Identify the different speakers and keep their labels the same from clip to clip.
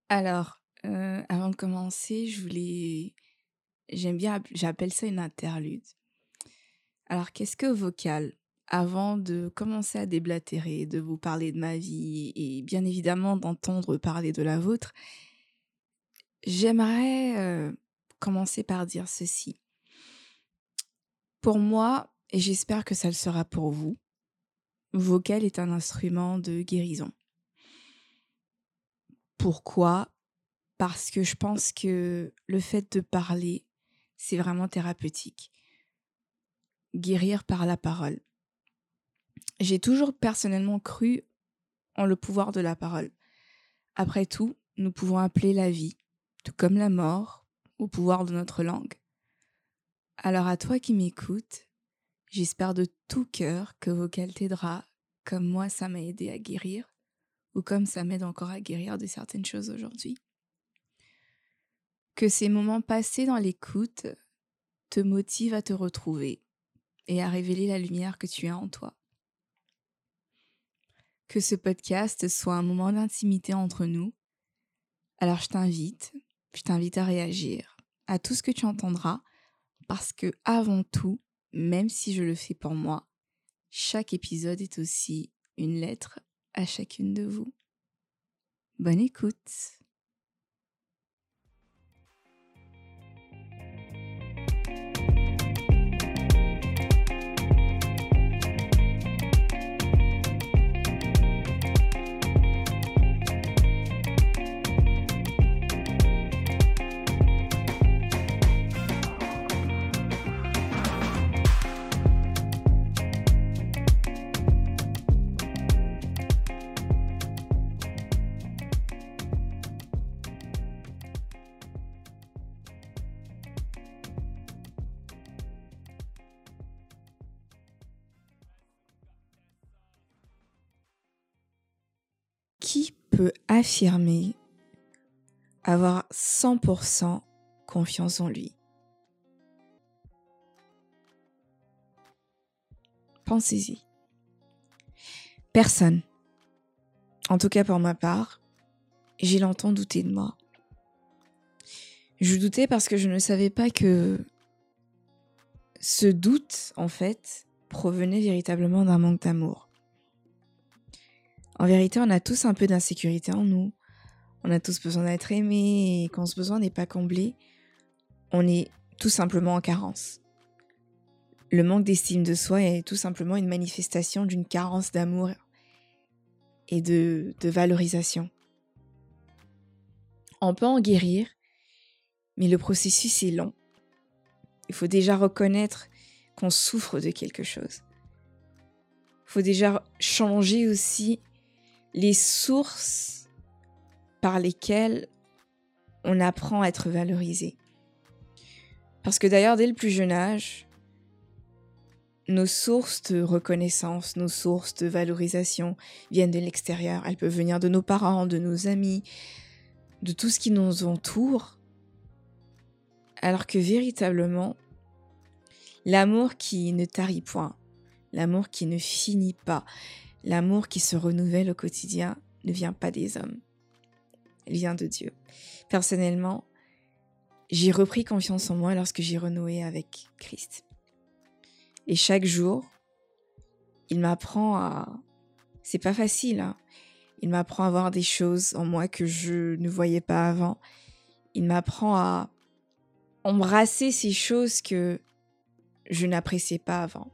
Speaker 1: Alors, avant de commencer, j'appelle ça une interlude. Alors, qu'est-ce que vocal? Avant de commencer à déblatérer, de vous parler de ma vie et bien évidemment d'entendre parler de la vôtre, j'aimerais, commencer par dire ceci. Pour moi, et j'espère que ça le sera pour vous, vocal est un instrument de guérison. Pourquoi? Parce que je pense que le fait de parler, c'est vraiment thérapeutique. Guérir par la parole. J'ai toujours personnellement cru en le pouvoir de la parole. Après tout, nous pouvons appeler la vie, tout comme la mort, au pouvoir de notre langue. Alors à toi qui m'écoutes, j'espère de tout cœur que Vocal t'aidera, comme moi ça m'a aidé à guérir, ou comme ça m'aide encore à guérir de certaines choses aujourd'hui. Que ces moments passés dans l'écoute te motivent à te retrouver et à révéler la lumière que tu as en toi. Que ce podcast soit un moment d'intimité entre nous. Alors je t'invite à réagir à tout ce que tu entendras parce que avant tout, même si je le fais pour moi, chaque épisode est aussi une lettre à chacune de vous. Bonne écoute. Qui peut affirmer avoir 100% confiance en lui? Pensez-y. Personne. En tout cas pour ma part, j'ai longtemps douté de moi. Je doutais parce que je ne savais pas que ce doute, en fait, provenait véritablement d'un manque d'amour. En vérité, on a tous un peu d'insécurité en nous. On a tous besoin d'être aimés et quand ce besoin n'est pas comblé, on est tout simplement en carence. Le manque d'estime de soi est tout simplement une manifestation d'une carence d'amour et de valorisation. On peut en guérir, mais le processus est long. Il faut déjà reconnaître qu'on souffre de quelque chose. Il faut déjà changer aussi les sources par lesquelles on apprend à être valorisé. Parce que d'ailleurs, dès le plus jeune âge, nos sources de reconnaissance, nos sources de valorisation viennent de l'extérieur. Elles peuvent venir de nos parents, de nos amis, de tout ce qui nous entoure. Alors que véritablement, l'amour qui ne tarit point, l'amour qui ne finit pas, l'amour qui se renouvelle au quotidien ne vient pas des hommes. Il vient de Dieu. Personnellement, j'ai repris confiance en moi lorsque j'ai renoué avec Christ. Et chaque jour, il m'apprend à... C'est pas facile, hein. Il m'apprend à voir des choses en moi que je ne voyais pas avant. Il m'apprend à embrasser ces choses que je n'appréciais pas avant.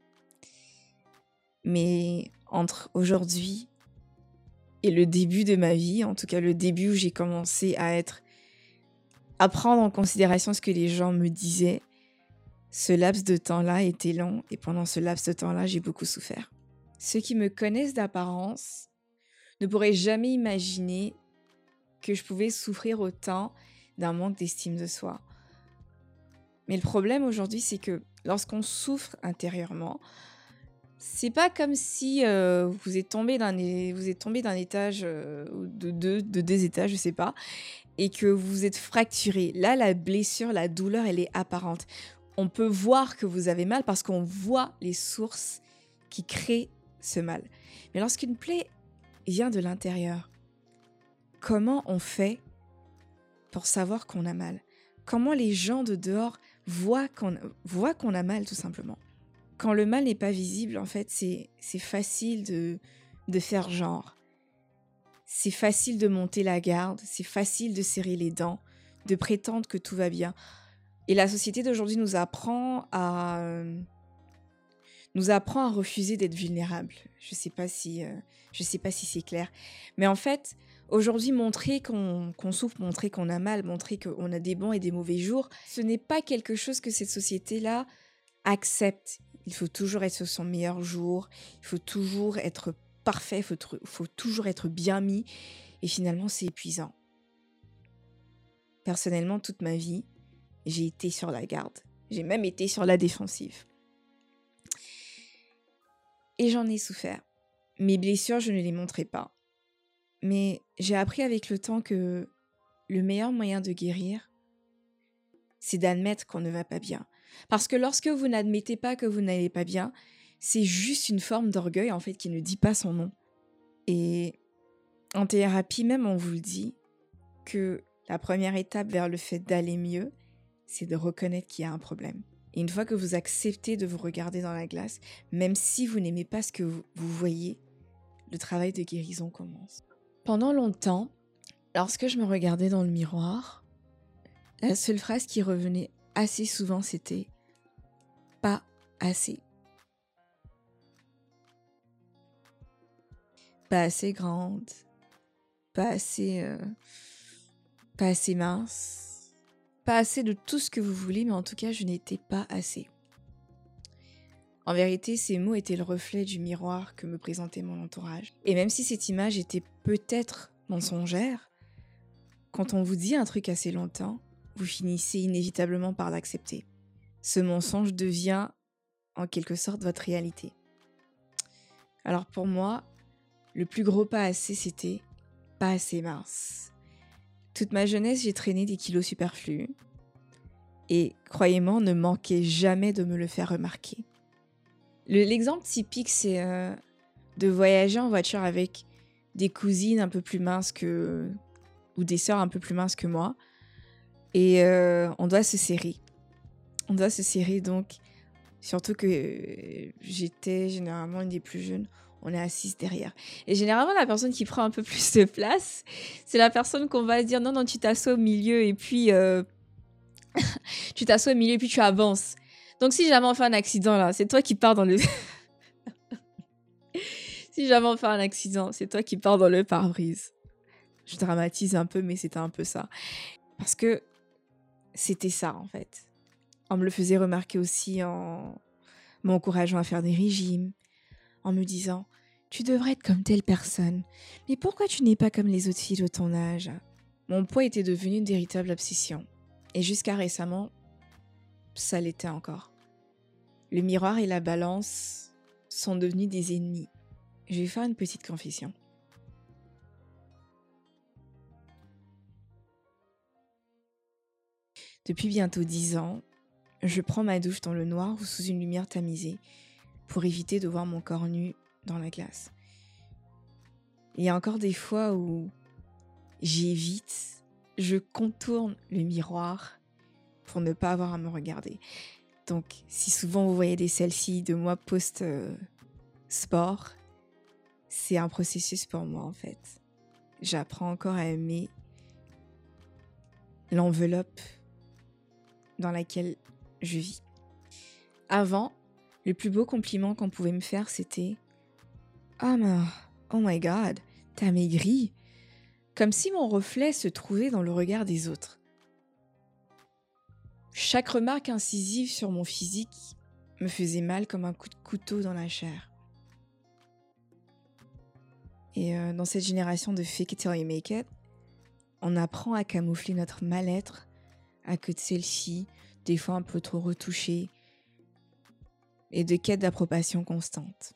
Speaker 1: Mais entre aujourd'hui et le début de ma vie, en tout cas le début où j'ai commencé à prendre en considération ce que les gens me disaient, ce laps de temps-là était long et pendant ce laps de temps-là, j'ai beaucoup souffert. Ceux qui me connaissent d'apparence ne pourraient jamais imaginer que je pouvais souffrir autant d'un manque d'estime de soi. Mais le problème aujourd'hui, c'est que lorsqu'on souffre intérieurement, c'est pas comme si vous êtes tombé d'un étage ou de deux étages, je sais pas, et que vous êtes fracturé. Là, la blessure, la douleur, elle est apparente. On peut voir que vous avez mal parce qu'on voit les sources qui créent ce mal. Mais lorsqu'une plaie vient de l'intérieur, comment on fait pour savoir qu'on a mal. Comment les gens de dehors voient qu'on a mal, tout simplement. Quand le mal n'est pas visible, en fait, c'est facile de faire genre. C'est facile de monter la garde, c'est facile de serrer les dents, de prétendre que tout va bien. Et la société d'aujourd'hui nous apprend à refuser d'être vulnérable. Je sais pas si c'est clair. Mais en fait, aujourd'hui, montrer qu'on souffre, montrer qu'on a mal, montrer qu'on a des bons et des mauvais jours, ce n'est pas quelque chose que cette société-là accepte. Il faut toujours être sur son meilleur jour, il faut toujours être parfait, il faut toujours être bien mis. Et finalement, c'est épuisant. Personnellement, toute ma vie, j'ai été sur la garde. J'ai même été sur la défensive. Et j'en ai souffert. Mes blessures, je ne les montrais pas. Mais j'ai appris avec le temps que le meilleur moyen de guérir, c'est d'admettre qu'on ne va pas bien. Parce que lorsque vous n'admettez pas que vous n'allez pas bien, c'est juste une forme d'orgueil en fait qui ne dit pas son nom. Et en thérapie même, on vous le dit que la première étape vers le fait d'aller mieux, c'est de reconnaître qu'il y a un problème. Et une fois que vous acceptez de vous regarder dans la glace, même si vous n'aimez pas ce que vous voyez, le travail de guérison commence. Pendant longtemps, lorsque je me regardais dans le miroir, la seule phrase qui revenait assez souvent, c'était « pas assez ». Pas assez grande, pas assez mince, pas assez de tout ce que vous voulez, mais en tout cas, je n'étais pas assez. En vérité, ces mots étaient le reflet du miroir que me présentait mon entourage. Et même si cette image était peut-être mensongère, quand on vous dit un truc assez longtemps, vous finissez inévitablement par l'accepter. Ce mensonge devient en quelque sorte votre réalité. Alors pour moi, le plus gros pas assez, c'était pas assez mince. Toute ma jeunesse, j'ai traîné des kilos superflus. Et croyez-moi, on ne manquait jamais de me le faire remarquer. L'exemple typique, c'est de voyager en voiture avec des cousines un peu plus minces ou des sœurs un peu plus minces que moi. Et on doit se serrer. On doit se serrer donc, surtout que j'étais généralement une des plus jeunes. On est assise derrière. Et généralement, la personne qui prend un peu plus de place, c'est la personne qu'on va dire non, tu t'assois au milieu et puis tu avances. Donc si jamais on fait un accident là, c'est toi qui pars dans le si jamais on fait un accident, c'est toi qui pars dans le pare-brise. Je dramatise un peu, mais c'était un peu ça. Parce que c'était ça en fait. On me le faisait remarquer aussi en m'encourageant à faire des régimes, en me disant « Tu devrais être comme telle personne, mais pourquoi tu n'es pas comme les autres filles de ton âge ?» Mon poids était devenu une véritable obsession. Et jusqu'à récemment, ça l'était encore. Le miroir et la balance sont devenus des ennemis. Je vais faire une petite confession. Depuis bientôt 10 ans, je prends ma douche dans le noir ou sous une lumière tamisée pour éviter de voir mon corps nu dans la glace. Il y a encore des fois où j'évite, je contourne le miroir pour ne pas avoir à me regarder. Donc, si souvent vous voyez des selfies de moi post-sport, c'est un processus pour moi en fait. J'apprends encore à aimer l'enveloppe dans laquelle je vis. Avant, le plus beau compliment qu'on pouvait me faire, c'était « Ah mais, oh my god, t'as maigri !» Comme si mon reflet se trouvait dans le regard des autres. Chaque remarque incisive sur mon physique me faisait mal comme un coup de couteau dans la chair. Et dans cette génération de fake it till you make it, on apprend à camoufler notre mal-être à queue de selfie, des fois un peu trop retouchée, et de quête d'approbation constante.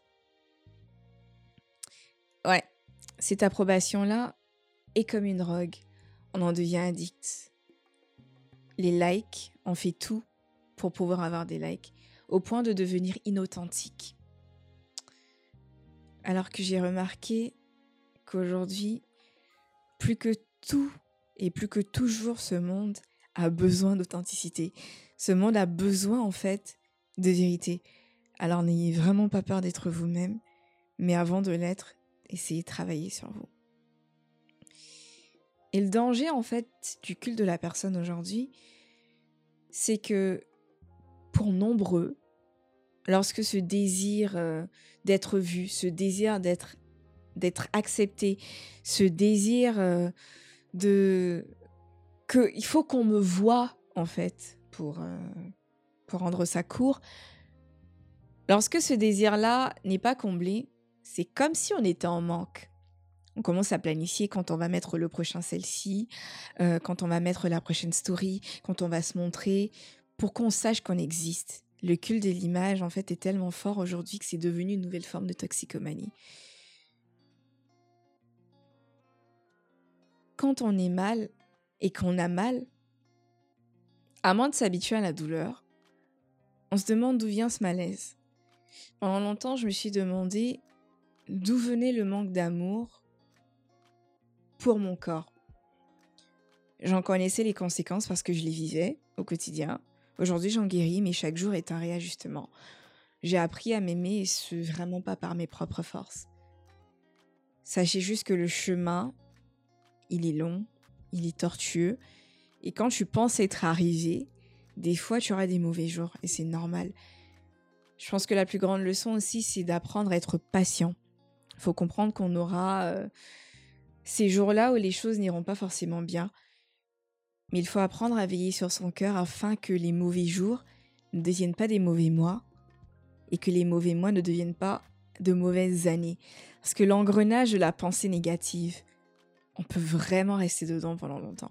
Speaker 1: Ouais, cette approbation-là est comme une drogue. On en devient addict. Les likes, on fait tout pour pouvoir avoir des likes, au point de devenir inauthentique. Alors que j'ai remarqué qu'aujourd'hui, plus que tout Et plus que toujours, ce monde a besoin d'authenticité. Ce monde a besoin, en fait, de vérité. Alors n'ayez vraiment pas peur d'être vous-même, mais avant de l'être, essayez de travailler sur vous. Et le danger, en fait, du culte de la personne aujourd'hui, c'est que pour nombreux, lorsque ce désir d'être vu, ce désir d'être accepté, ce désir il faut qu'on me voie, en fait, pour rendre ça court. Lorsque ce désir-là n'est pas comblé, c'est comme si on était en manque. On commence à planifier quand on va mettre le prochain selfie, quand on va mettre la prochaine story, quand on va se montrer, pour qu'on sache qu'on existe. Le culte de l'image, en fait, est tellement fort aujourd'hui que c'est devenu une nouvelle forme de toxicomanie. Quand on est mal et qu'on a mal, à moins de s'habituer à la douleur, on se demande d'où vient ce malaise. Pendant longtemps, je me suis demandé d'où venait le manque d'amour pour mon corps. J'en connaissais les conséquences parce que je les vivais au quotidien. Aujourd'hui, j'en guéris, mais chaque jour est un réajustement. J'ai appris à m'aimer et ce vraiment pas par mes propres forces. Sachez juste que le chemin, il est long, il est tortueux. Et quand tu penses être arrivé, des fois tu auras des mauvais jours et c'est normal. Je pense que la plus grande leçon aussi, c'est d'apprendre à être patient. Il faut comprendre qu'on aura ces jours-là où les choses n'iront pas forcément bien. Mais il faut apprendre à veiller sur son cœur afin que les mauvais jours ne deviennent pas des mauvais mois et que les mauvais mois ne deviennent pas de mauvaises années. Parce que l'engrenage de la pensée négative, on peut vraiment rester dedans pendant longtemps.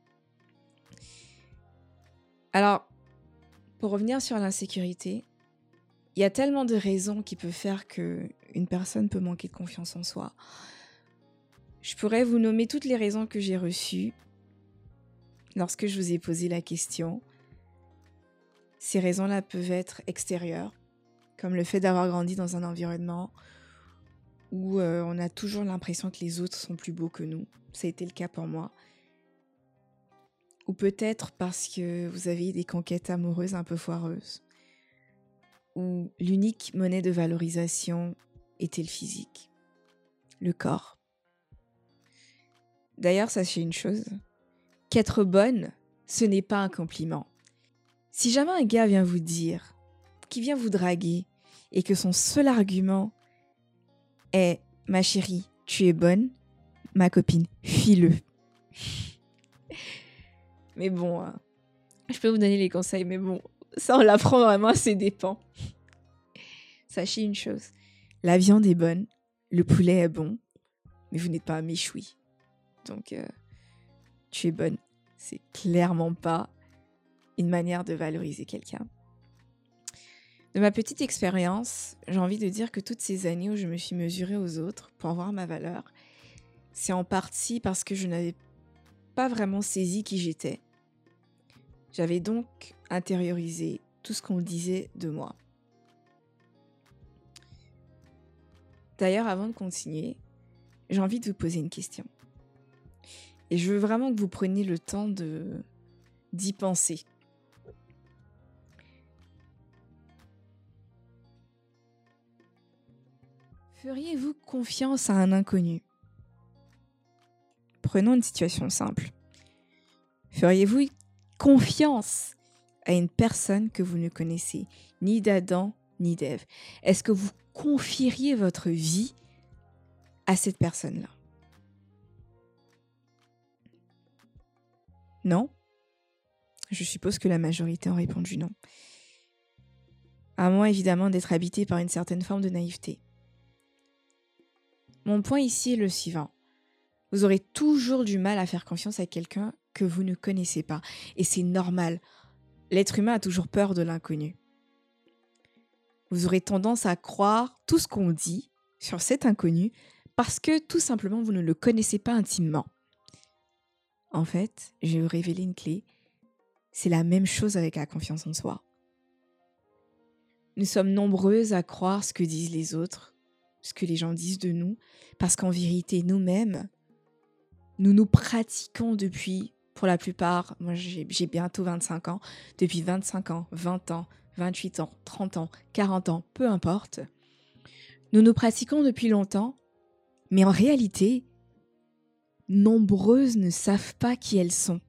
Speaker 1: Alors, pour revenir sur l'insécurité, il y a tellement de raisons qui peuvent faire qu'une personne peut manquer de confiance en soi. Je pourrais vous nommer toutes les raisons que j'ai reçues lorsque je vous ai posé la question. Ces raisons-là peuvent être extérieures, comme le fait d'avoir grandi dans un environnement où on a toujours l'impression que les autres sont plus beaux que nous. Ça a été le cas pour moi. Ou peut-être parce que vous avez des conquêtes amoureuses un peu foireuses. Où l'unique monnaie de valorisation était le physique, le corps. D'ailleurs, sachez une chose, qu'être bonne, ce n'est pas un compliment. Si jamais un gars vient vous dire, qu'il vient vous draguer, et que son seul argument est « ma chérie, tu es bonne, ma copine, fuis-le ». Mais bon, je peux vous donner les conseils, mais bon, ça on l'apprend vraiment à ses dépens. Sachez une chose, la viande est bonne, le poulet est bon, mais vous n'êtes pas un méchoui. Donc, tu es bonne. C'est clairement pas une manière de valoriser quelqu'un. De ma petite expérience, j'ai envie de dire que toutes ces années où je me suis mesurée aux autres pour voir ma valeur, c'est en partie parce que je n'avais pas vraiment saisi qui j'étais. J'avais donc intériorisé tout ce qu'on disait de moi. D'ailleurs, avant de continuer, j'ai envie de vous poser une question. Et je veux vraiment que vous preniez le temps d'y penser. Feriez-vous confiance à un inconnu ? Prenons une situation simple. Feriez-vous confiance à une personne que vous ne connaissez ni d'Adam ni d'Ève ? Est-ce que vous confieriez votre vie à cette personne-là ? Non ? Je suppose que la majorité ont répondu non. À moins évidemment d'être habité par une certaine forme de naïveté. Mon point ici est le suivant. Vous aurez toujours du mal à faire confiance à quelqu'un que vous ne connaissez pas. Et c'est normal. L'être humain a toujours peur de l'inconnu. Vous aurez tendance à croire tout ce qu'on dit sur cet inconnu parce que tout simplement vous ne le connaissez pas intimement. En fait, je vais vous révéler une clé. C'est la même chose avec la confiance en soi. Nous sommes nombreuses à croire ce que disent les autres, ce que les gens disent de nous, parce qu'en vérité, nous-mêmes, nous nous pratiquons depuis, pour la plupart, moi j'ai bientôt 25 ans, depuis 25 ans, 20 ans, 28 ans, 30 ans, 40 ans, peu importe. Nous nous pratiquons depuis longtemps, mais en réalité, nombreuses ne savent pas qui elles sont.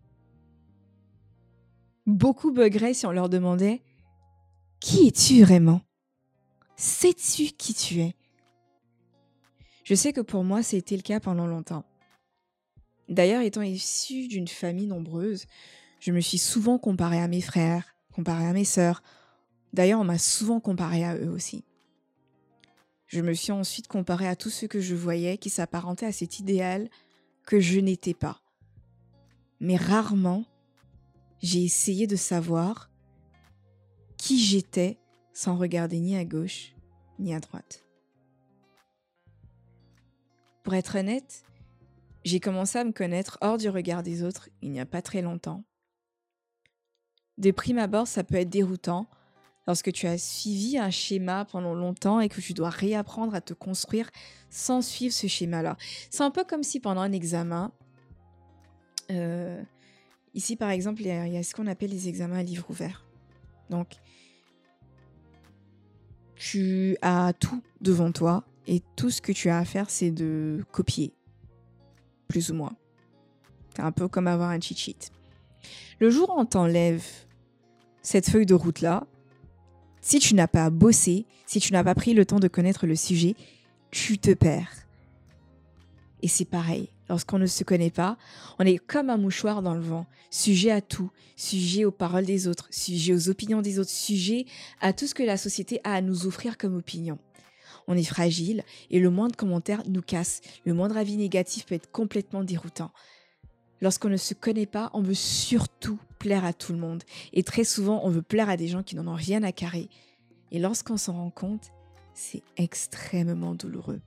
Speaker 1: Beaucoup buggeraient si on leur demandait « Qui es-tu vraiment ? Sais-tu qui tu es ?» Je sais que pour moi, c'était le cas pendant longtemps. D'ailleurs, étant issue d'une famille nombreuse, je me suis souvent comparée à mes frères, comparée à mes sœurs. D'ailleurs, on m'a souvent comparée à eux aussi. Je me suis ensuite comparée à tous ceux que je voyais qui s'apparentaient à cet idéal que je n'étais pas. Mais rarement, j'ai essayé de savoir qui j'étais sans regarder ni à gauche ni à droite. Pour être honnête, j'ai commencé à me connaître hors du regard des autres il n'y a pas très longtemps. De prime abord, ça peut être déroutant lorsque tu as suivi un schéma pendant longtemps et que tu dois réapprendre à te construire sans suivre ce schéma-là. C'est un peu comme si pendant un examen, ici par exemple, il y a ce qu'on appelle les examens à livre ouvert. Donc, tu as tout devant toi et tout ce que tu as à faire, c'est de copier, plus ou moins. C'est un peu comme avoir un cheat sheet. Le jour où on t'enlève cette feuille de route-là, si tu n'as pas bossé, si tu n'as pas pris le temps de connaître le sujet, tu te perds. Et c'est pareil, lorsqu'on ne se connaît pas, on est comme un mouchoir dans le vent, sujet à tout, sujet aux paroles des autres, sujet aux opinions des autres, sujet à tout ce que la société a à nous offrir comme opinion. On est fragile et le moindre commentaire nous casse, le moindre avis négatif peut être complètement déroutant. Lorsqu'on ne se connaît pas, on veut surtout plaire à tout le monde. Et très souvent, on veut plaire à des gens qui n'en ont rien à carrer. Et lorsqu'on s'en rend compte, c'est extrêmement douloureux.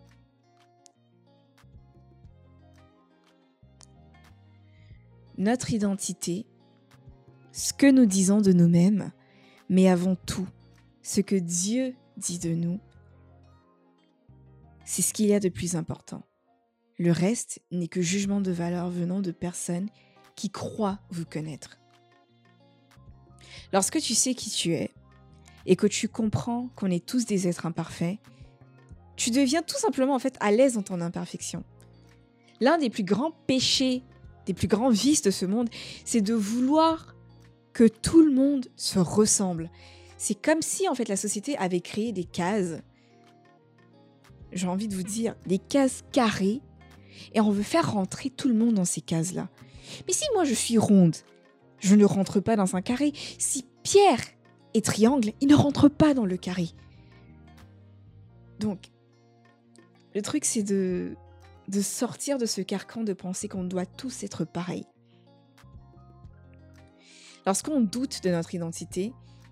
Speaker 1: Notre identité, ce que nous disons de nous-mêmes, mais avant tout, ce que Dieu dit de nous, c'est ce qu'il y a de plus important. Le reste n'est que jugement de valeur venant de personnes qui croient vous connaître. Lorsque tu sais qui tu es et que tu comprends qu'on est tous des êtres imparfaits, tu deviens tout simplement en fait à l'aise dans ton imperfection. L'un des plus grands péchés, des plus grands vices de ce monde, c'est de vouloir que tout le monde se ressemble. C'est comme si en fait la société avait créé des cases, j'ai envie de vous dire, des cases carrées, et on veut faire rentrer tout le monde dans ces cases-là. Mais si moi je suis ronde, je ne rentre pas dans un carré. Si Pierre est triangle, il ne rentre pas dans le carré. Donc, le truc c'est de sortir de ce carcan de penser qu'on doit tous être pareils. Lorsqu'on doute de notre identité,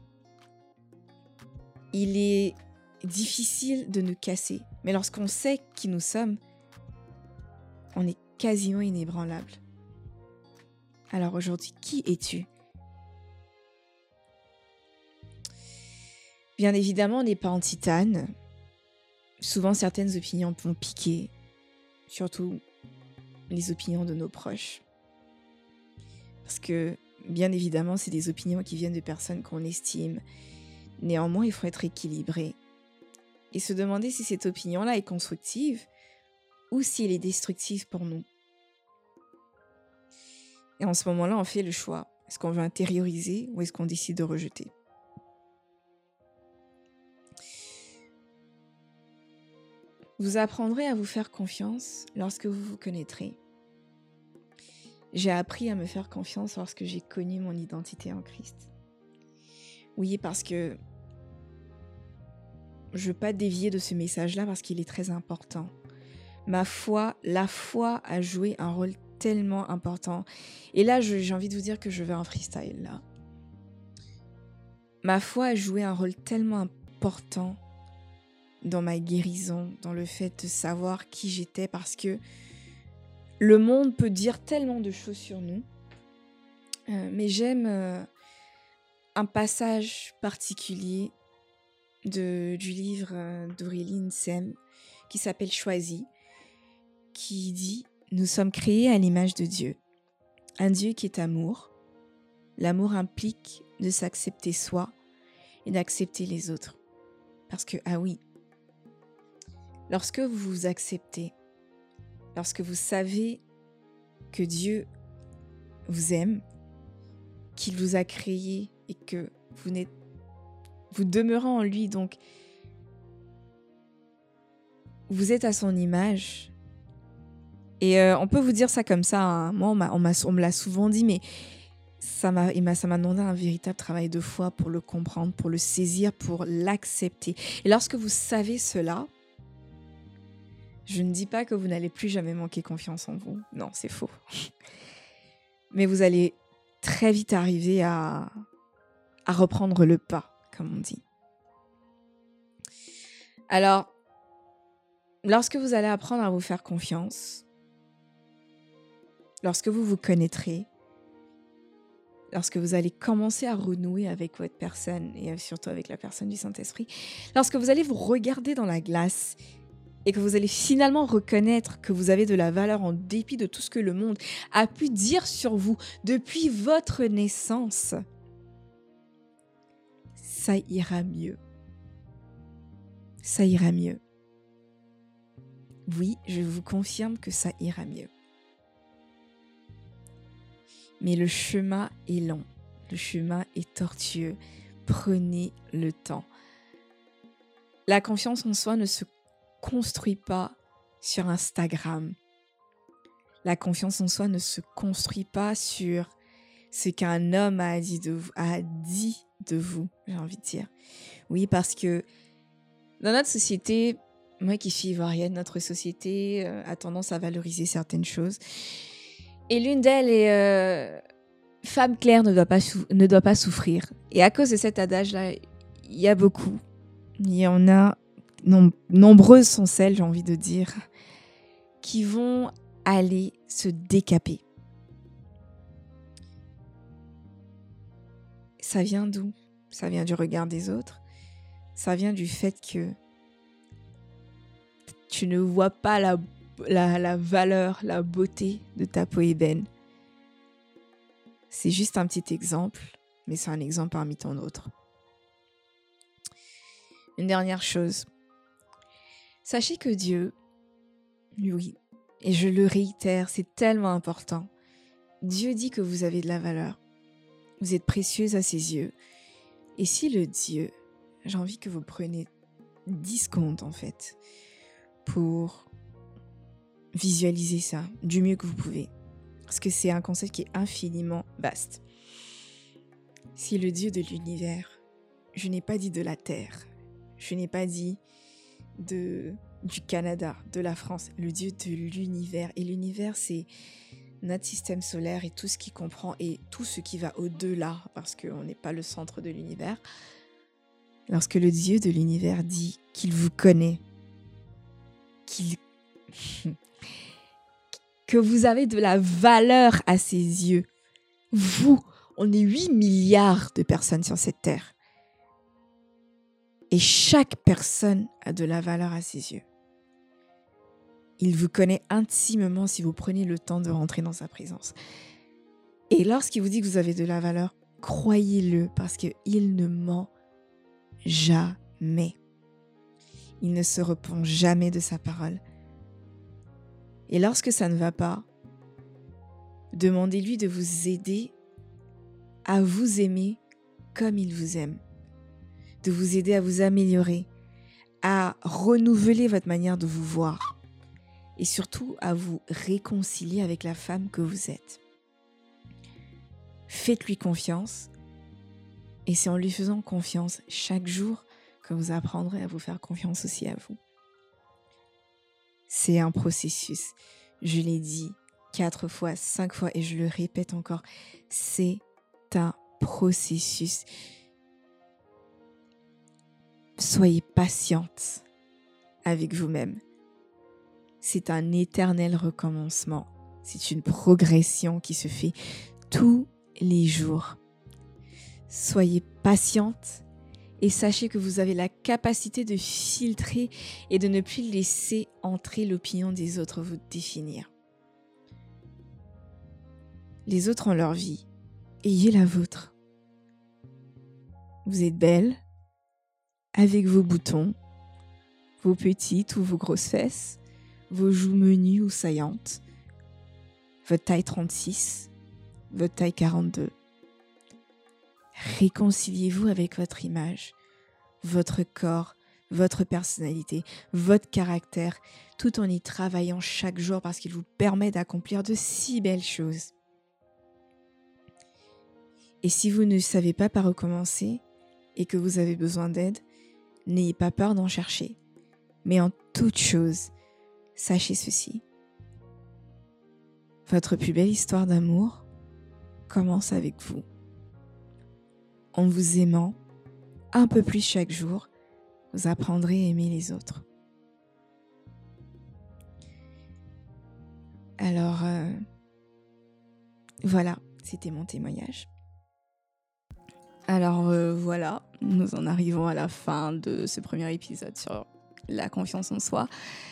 Speaker 1: il est difficile de nous casser. Mais lorsqu'on sait qui nous sommes, on est quasiment inébranlable. Alors aujourd'hui, qui es-tu ? Bien évidemment, on n'est pas en titane. Souvent, certaines opinions vont piquer, surtout les opinions de nos proches. Parce que, bien évidemment, c'est des opinions qui viennent de personnes qu'on estime. Néanmoins, il faut être équilibré et se demander si cette opinion-là est constructive ou si elle est destructive pour nous. Et en ce moment-là, on fait le choix. Est-ce qu'on veut intérioriser ou est-ce qu'on décide de rejeter ? Vous apprendrez à vous faire confiance lorsque vous vous connaîtrez. J'ai appris à me faire confiance lorsque j'ai connu mon identité en Christ. Oui, parce que je ne veux pas dévier de ce message-là parce qu'il est très important. La foi a joué un rôle tellement important. Et là, j'ai envie de vous dire que je veux un freestyle, là. Ma foi a joué un rôle tellement important dans ma guérison, dans le fait de savoir qui j'étais, parce que le monde peut dire tellement de choses sur nous. Mais j'aime un passage particulier du livre d'Aurélie Nsem qui s'appelle « Choisie », qui dit « nous sommes créés à l'image de Dieu. Un Dieu qui est amour. L'amour implique de s'accepter soi et d'accepter les autres. Parce que, ah oui, lorsque vous vous acceptez, lorsque vous savez que Dieu vous aime, qu'il vous a créé et que vous demeurez en lui, donc vous êtes à son image. Et on peut vous dire ça comme ça, hein. Moi, on me l'a souvent dit, mais ça m'a demandé un véritable travail de foi pour le comprendre, pour le saisir, pour l'accepter. Et lorsque vous savez cela, je ne dis pas que vous n'allez plus jamais manquer confiance en vous. Non, c'est faux. Mais vous allez très vite arriver à reprendre le pas, comme on dit. Alors, lorsque vous allez apprendre à vous faire confiance, lorsque vous vous connaîtrez, lorsque vous allez commencer à renouer avec votre personne et surtout avec la personne du Saint-Esprit, lorsque vous allez vous regarder dans la glace et que vous allez finalement reconnaître que vous avez de la valeur en dépit de tout ce que le monde a pu dire sur vous depuis votre naissance, ça ira mieux. Ça ira mieux. Oui, je vous confirme que ça ira mieux. Mais le chemin est long, le chemin est tortueux. Prenez le temps. La confiance en soi ne se construit pas sur Instagram. La confiance en soi ne se construit pas sur ce qu'un homme a dit de vous, j'ai envie de dire. Oui, parce que dans notre société, moi qui suis ivoirienne, notre société a tendance à valoriser certaines choses. Et l'une d'elles est femme claire ne doit pas souffrir. Et à cause de cet adage-là, il y a beaucoup. Il y en a, nombreuses sont celles, j'ai envie de dire, qui vont aller se décaper. Ça vient d'où ? Ça vient du regard des autres. Ça vient du fait que tu ne vois pas la valeur, la beauté de ta peau ébène. C'est juste un petit exemple, mais c'est un exemple parmi tant d'autres. Une dernière chose. Sachez que Dieu, oui, et je le réitère, c'est tellement important. Dieu dit que vous avez de la valeur. Vous êtes précieuse à ses yeux. Et si le Dieu, j'ai envie que vous preniez 10 secondes en fait, pour visualiser ça du mieux que vous pouvez. Parce que c'est un concept qui est infiniment vaste. Si le Dieu de l'univers, je n'ai pas dit de la Terre, je n'ai pas dit du Canada, de la France, le Dieu de l'univers. Et l'univers, c'est notre système solaire et tout ce qui comprend et tout ce qui va au-delà, parce qu'on n'est pas le centre de l'univers. Lorsque le Dieu de l'univers dit qu'il vous connaît, que vous avez de la valeur à ses yeux, vous, on est 8 milliards de personnes sur cette terre. Et chaque personne a de la valeur à ses yeux. Il vous connaît intimement si vous prenez le temps de rentrer dans sa présence. Et lorsqu'il vous dit que vous avez de la valeur, croyez-le parce qu'il ne ment jamais. Il ne se repent jamais de sa parole. Et lorsque ça ne va pas, demandez-lui de vous aider à vous aimer comme il vous aime. De vous aider à vous améliorer, à renouveler votre manière de vous voir et surtout à vous réconcilier avec la femme que vous êtes. Faites-lui confiance et c'est en lui faisant confiance chaque jour que vous apprendrez à vous faire confiance aussi à vous. C'est un processus, je l'ai dit 4 fois, 5 fois et je le répète encore, c'est un processus. Soyez patiente avec vous-même. C'est un éternel recommencement. C'est une progression qui se fait tous les jours. Soyez patiente et sachez que vous avez la capacité de filtrer et de ne plus laisser entrer l'opinion des autres vous définir. Les autres ont leur vie. Ayez la vôtre. Vous êtes belle, avec vos boutons, vos petites ou vos grosses fesses, vos joues menues ou saillantes, votre taille 36, votre taille 42. Réconciliez-vous avec votre image, votre corps, votre personnalité, votre caractère, tout en y travaillant chaque jour parce qu'il vous permet d'accomplir de si belles choses. Et si vous ne savez pas par où commencer et que vous avez besoin d'aide, n'ayez pas peur d'en chercher. Mais en toute chose, sachez ceci. Votre plus belle histoire d'amour commence avec vous. En vous aimant un peu plus chaque jour, vous apprendrez à aimer les autres. Alors, voilà, c'était mon témoignage. Alors voilà, nous en arrivons à la fin de ce premier épisode sur la confiance en soi.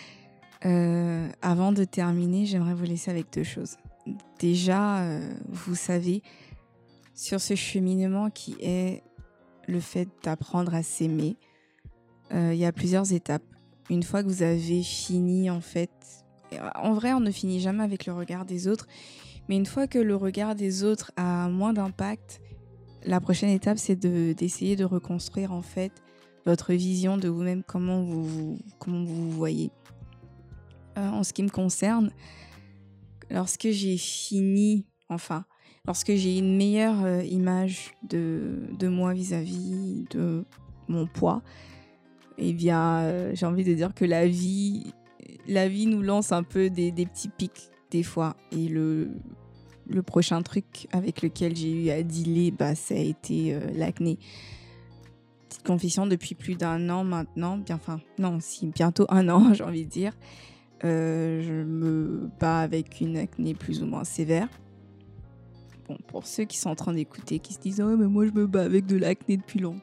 Speaker 1: Avant de terminer, j'aimerais vous laisser avec 2 choses. Déjà, vous savez, sur ce cheminement qui est le fait d'apprendre à s'aimer, il y a plusieurs étapes. Une fois que vous avez fini, en fait, en vrai, on ne finit jamais avec le regard des autres, mais une fois que le regard des autres a moins d'impact, la prochaine étape, c'est d'essayer de reconstruire, en fait, votre vision de vous-même, comment vous vous voyez. En ce qui me concerne, lorsque j'ai une meilleure image de moi vis-à-vis de mon poids, eh bien, j'ai envie de dire que la vie nous lance un peu des petits pics des fois. Et le prochain truc avec lequel j'ai eu à dealer, ça a été l'acné. Petite confession, depuis plus d'1 an maintenant, bientôt 1 an, j'ai envie de dire, je me bats avec une acné plus ou moins sévère. Bon, pour ceux qui sont en train d'écouter, qui se disent « Oh, mais moi je me bats avec de l'acné depuis longtemps »,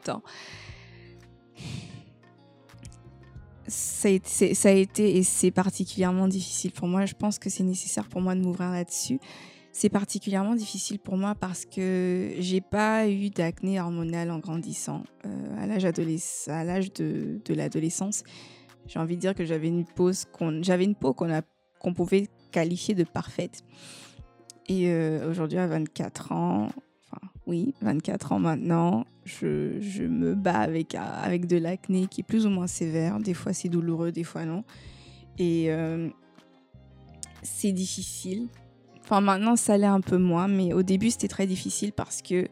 Speaker 1: ça a été et c'est particulièrement difficile pour moi. Je pense que c'est nécessaire pour moi de m'ouvrir là-dessus. C'est particulièrement difficile pour moi parce que j'ai pas eu d'acné hormonale en grandissant. À l'âge de l'adolescence, j'ai envie de dire que j'avais une peau qu'on pouvait qualifier de parfaite. Et aujourd'hui, à 24 ans, 24 ans maintenant, je me bats avec de l'acné qui est plus ou moins sévère. Des fois, c'est douloureux, des fois non. Et c'est difficile. Enfin, maintenant, ça l'est un peu moins, mais au début, c'était très difficile parce que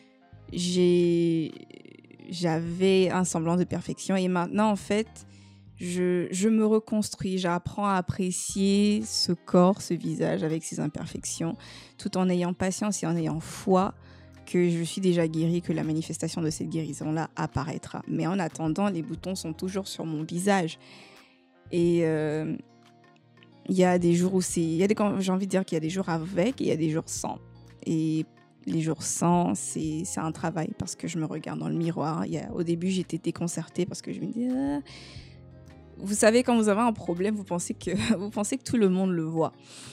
Speaker 1: j'avais un semblant de perfection. Et maintenant, en fait, je me reconstruis. J'apprends à apprécier ce corps, ce visage avec ses imperfections, tout en ayant patience et en ayant foi que je suis déjà guérie, que la manifestation de cette guérison-là apparaîtra. Mais en attendant, les boutons sont toujours sur mon visage. Et il y a des jours où j'ai envie de dire qu'il y a des jours avec et il y a des jours sans. Et les jours sans, c'est un travail parce que je me regarde dans le miroir. Au début, j'étais déconcertée parce que je me disais... Vous savez, quand vous avez un problème, vous pensez que tout le monde le voit.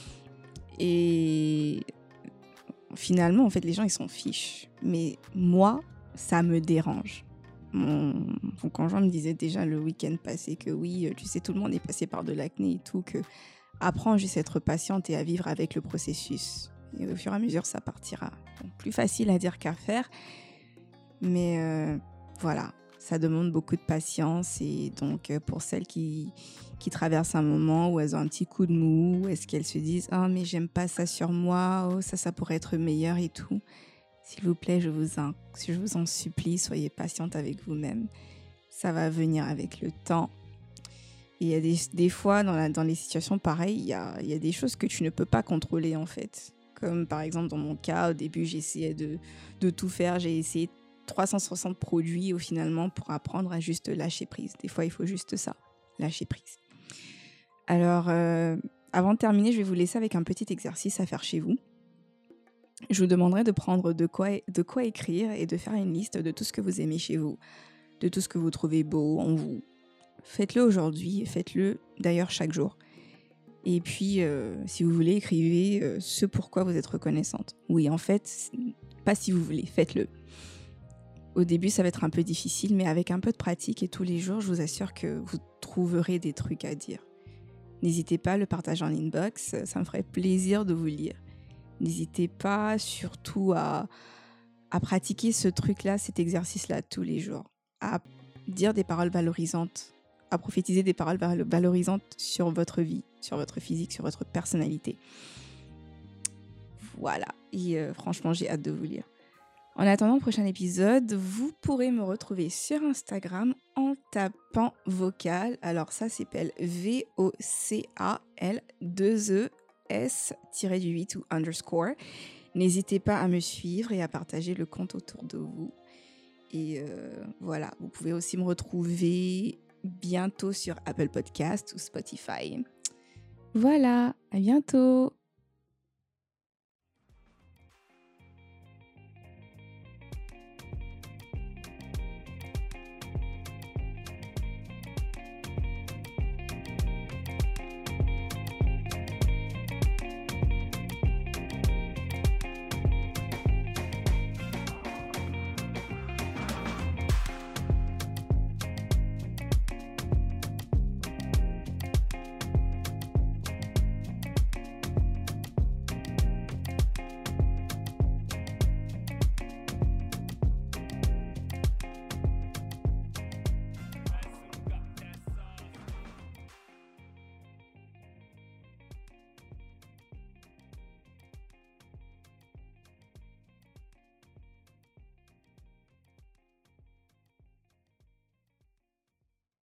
Speaker 1: Et finalement, en fait, les gens, ils s'en fichent. Mais moi, ça me dérange. Mon conjoint me disait déjà le week-end passé que oui, tu sais, tout le monde est passé par de l'acné et tout, que apprends juste à être patiente et à vivre avec le processus. Et au fur et à mesure, ça partira. Bon, plus facile à dire qu'à faire. Mais voilà, ça demande beaucoup de patience. Et donc, pour celles qui traversent un moment où elles ont un petit coup de mou, où est-ce qu'elles se disent « Ah, mais j'aime pas ça sur moi, oh, ça pourrait être meilleur et tout », s'il vous plaît, je vous en supplie, soyez patiente avec vous-même. Ça va venir avec le temps. Et il y a des fois, dans les situations pareilles, il y a des choses que tu ne peux pas contrôler, en fait. Comme par exemple, dans mon cas, au début, j'essayais de tout faire. J'ai essayé 360 produits, finalement, pour apprendre à juste lâcher prise. Des fois, il faut juste ça, lâcher prise. Alors, avant de terminer, je vais vous laisser avec un petit exercice à faire chez vous. Je vous demanderai de prendre de quoi écrire et de faire une liste de tout ce que vous aimez chez vous, de tout ce que vous trouvez beau en vous. Faites-le aujourd'hui et faites-le d'ailleurs chaque jour. Et puis, si vous voulez, écrivez ce pourquoi vous êtes reconnaissante. Oui, en fait, pas si vous voulez, faites-le. Au début, ça va être un peu difficile, mais avec un peu de pratique et tous les jours, je vous assure que vous trouverez des trucs à dire. N'hésitez pas à le partager en inbox, ça me ferait plaisir de vous lire. N'hésitez pas surtout à pratiquer ce truc-là, cet exercice-là tous les jours. À dire des paroles valorisantes, à prophétiser des paroles valorisantes sur votre vie, sur votre physique, sur votre personnalité. Voilà, et franchement, j'ai hâte de vous lire. En attendant le prochain épisode, vous pourrez me retrouver sur Instagram en tapant vocal. Alors ça s'appelle VOCAL 2 ES-8 ou underscore. N'hésitez pas à me suivre et à partager le compte autour de vous. Et voilà, vous pouvez aussi me retrouver bientôt sur Apple Podcast ou Spotify. Voilà, à bientôt!